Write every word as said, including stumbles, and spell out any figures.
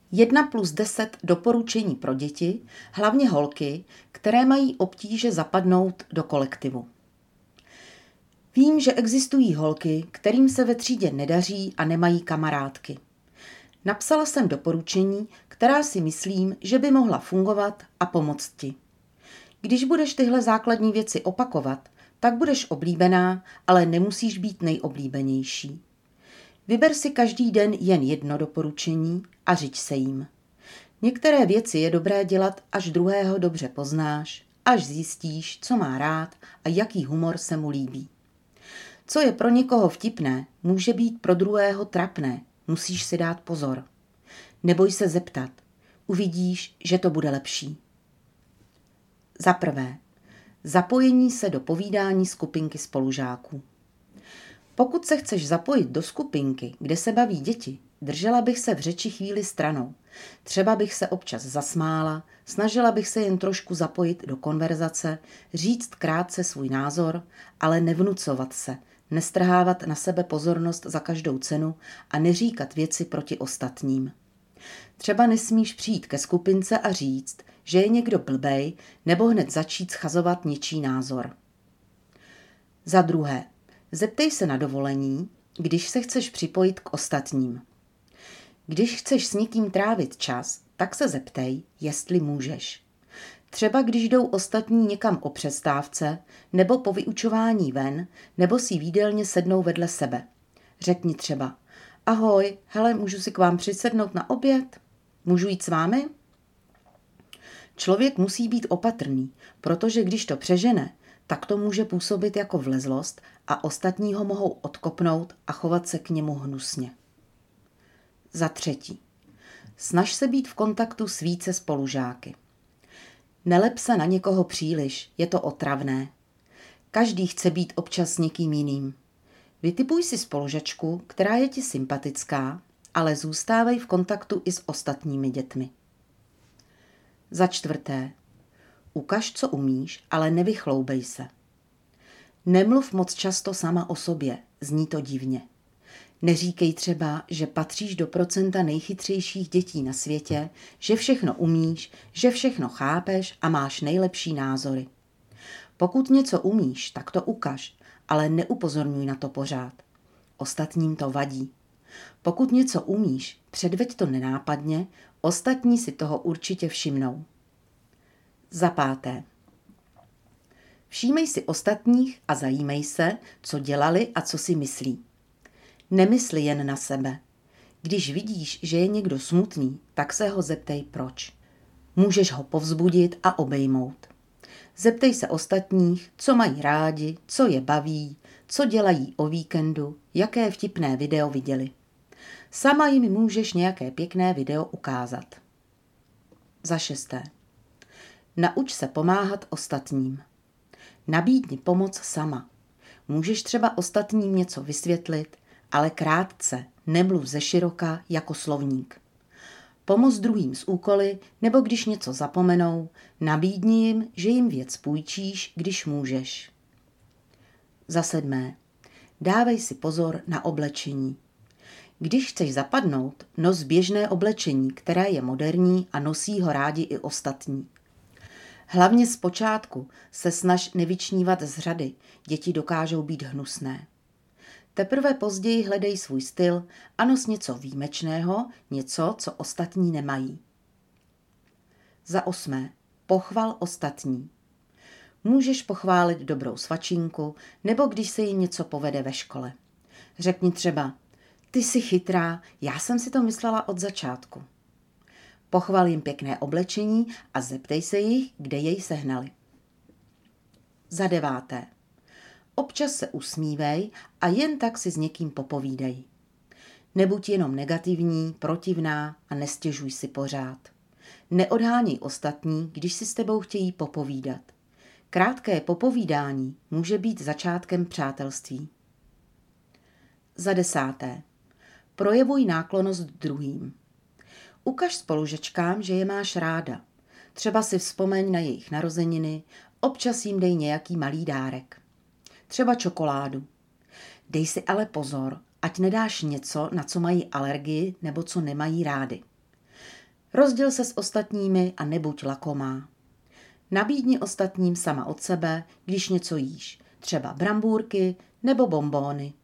Jedna plus deset doporučení pro děti, hlavně holky, které mají obtíže zapadnout do kolektivu. Vím, že existují holky, kterým se ve třídě nedaří a nemají kamarádky. Napsala jsem doporučení, která si myslím, že by mohla fungovat a pomoct ti. Když budeš tyhle základní věci opakovat, tak budeš oblíbená, ale nemusíš být nejoblíbenější. Vyber si každý den jen jedno doporučení a řiď se jím. Některé věci je dobré dělat, až druhého dobře poznáš, až zjistíš, co má rád a jaký humor se mu líbí. Co je pro někoho vtipné, může být pro druhého trapné, musíš si dát pozor. Neboj se zeptat, uvidíš, že to bude lepší. Za prvé, zapojení se do povídání skupinky spolužáků. Pokud se chceš zapojit do skupinky, kde se baví děti, držela bych se v řeči chvíli stranou. Třeba bych se občas zasmála, snažila bych se jen trošku zapojit do konverzace, říct krátce svůj názor, ale nevnucovat se, nestrhávat na sebe pozornost za každou cenu a neříkat věci proti ostatním. Třeba nesmíš přijít ke skupince a říct, že je někdo blbej, nebo hned začít schazovat něčí názor. Za druhé, zeptej se na dovolení, když se chceš připojit k ostatním. Když chceš s někým trávit čas, tak se zeptej, jestli můžeš. Třeba když jdou ostatní někam o přestávce, nebo po vyučování ven, nebo si v jídelně sednou vedle sebe. Řekni třeba, ahoj, hele, můžu si k vám přisednout na oběd? Můžu jít s vámi? Člověk musí být opatrný, protože když to přežene, tak to může působit jako vlezlost a ostatní ho mohou odkopnout a chovat se k němu hnusně. Za třetí. Snaž se být v kontaktu s více spolužáky. Nelep se na někoho příliš, je to otravné. Každý chce být občas s někým jiným. Vytipuj si spolužačku, která je ti sympatická, ale zůstávej v kontaktu i s ostatními dětmi. Za čtvrté. Ukaž, co umíš, ale nevychloubej se. Nemluv moc často sama o sobě, zní to divně. Neříkej třeba, že patříš do procenta nejchytřejších dětí na světě, že všechno umíš, že všechno chápeš a máš nejlepší názory. Pokud něco umíš, tak to ukaž, ale neupozorňuj na to pořád. Ostatním to vadí. Pokud něco umíš, předveď to nenápadně, ostatní si toho určitě všimnou. Za páté. Všímej si ostatních a zajímej se, co dělali a co si myslí. Nemysli jen na sebe. Když vidíš, že je někdo smutný, tak se ho zeptej proč. Můžeš ho povzbudit a obejmout. Zeptej se ostatních, co mají rádi, co je baví, co dělají o víkendu, jaké vtipné video viděli. Sama jim můžeš nějaké pěkné video ukázat. Za šesté. Nauč se pomáhat ostatním. Nabídni pomoc sama. Můžeš třeba ostatním něco vysvětlit, ale krátce, nemluv zeširoka jako slovník. Pomoz druhým s úkoly, nebo když něco zapomenou, nabídni jim, že jim věc půjčíš, když můžeš. Za sedmé. Dávej si pozor na oblečení. Když chceš zapadnout, nos běžné oblečení, které je moderní a nosí ho rádi i ostatní. Hlavně zpočátku se snaž nevyčnívat z řady, děti dokážou být hnusné. Teprve později hledej svůj styl a nos něco výjimečného, něco, co ostatní nemají. Za osmé. Pochval ostatní. Můžeš pochválit dobrou svačinku, nebo když se jim něco povede ve škole. Řekni třeba, ty jsi chytrá, já jsem si to myslela od začátku. Pochval jim pěkné oblečení a zeptej se jich, kde jej sehnali. Za deváté. Občas se usmívej a jen tak si s někým popovídej. Nebuď jenom negativní, protivná a nestěžuj si pořád. Neodháněj ostatní, když si s tebou chtějí popovídat. Krátké popovídání může být začátkem přátelství. Za desáté. Projevuj náklonnost druhým. Ukaž spolužačkám, že je máš ráda. Třeba si vzpomeň na jejich narozeniny, občas jim dej nějaký malý dárek. Třeba čokoládu. Dej si ale pozor, ať nedáš něco, na co mají alergii nebo co nemají rády. Rozděl se s ostatními a nebuď lakomá. Nabídni ostatním sama od sebe, když něco jíš, třeba brambůrky nebo bonbóny.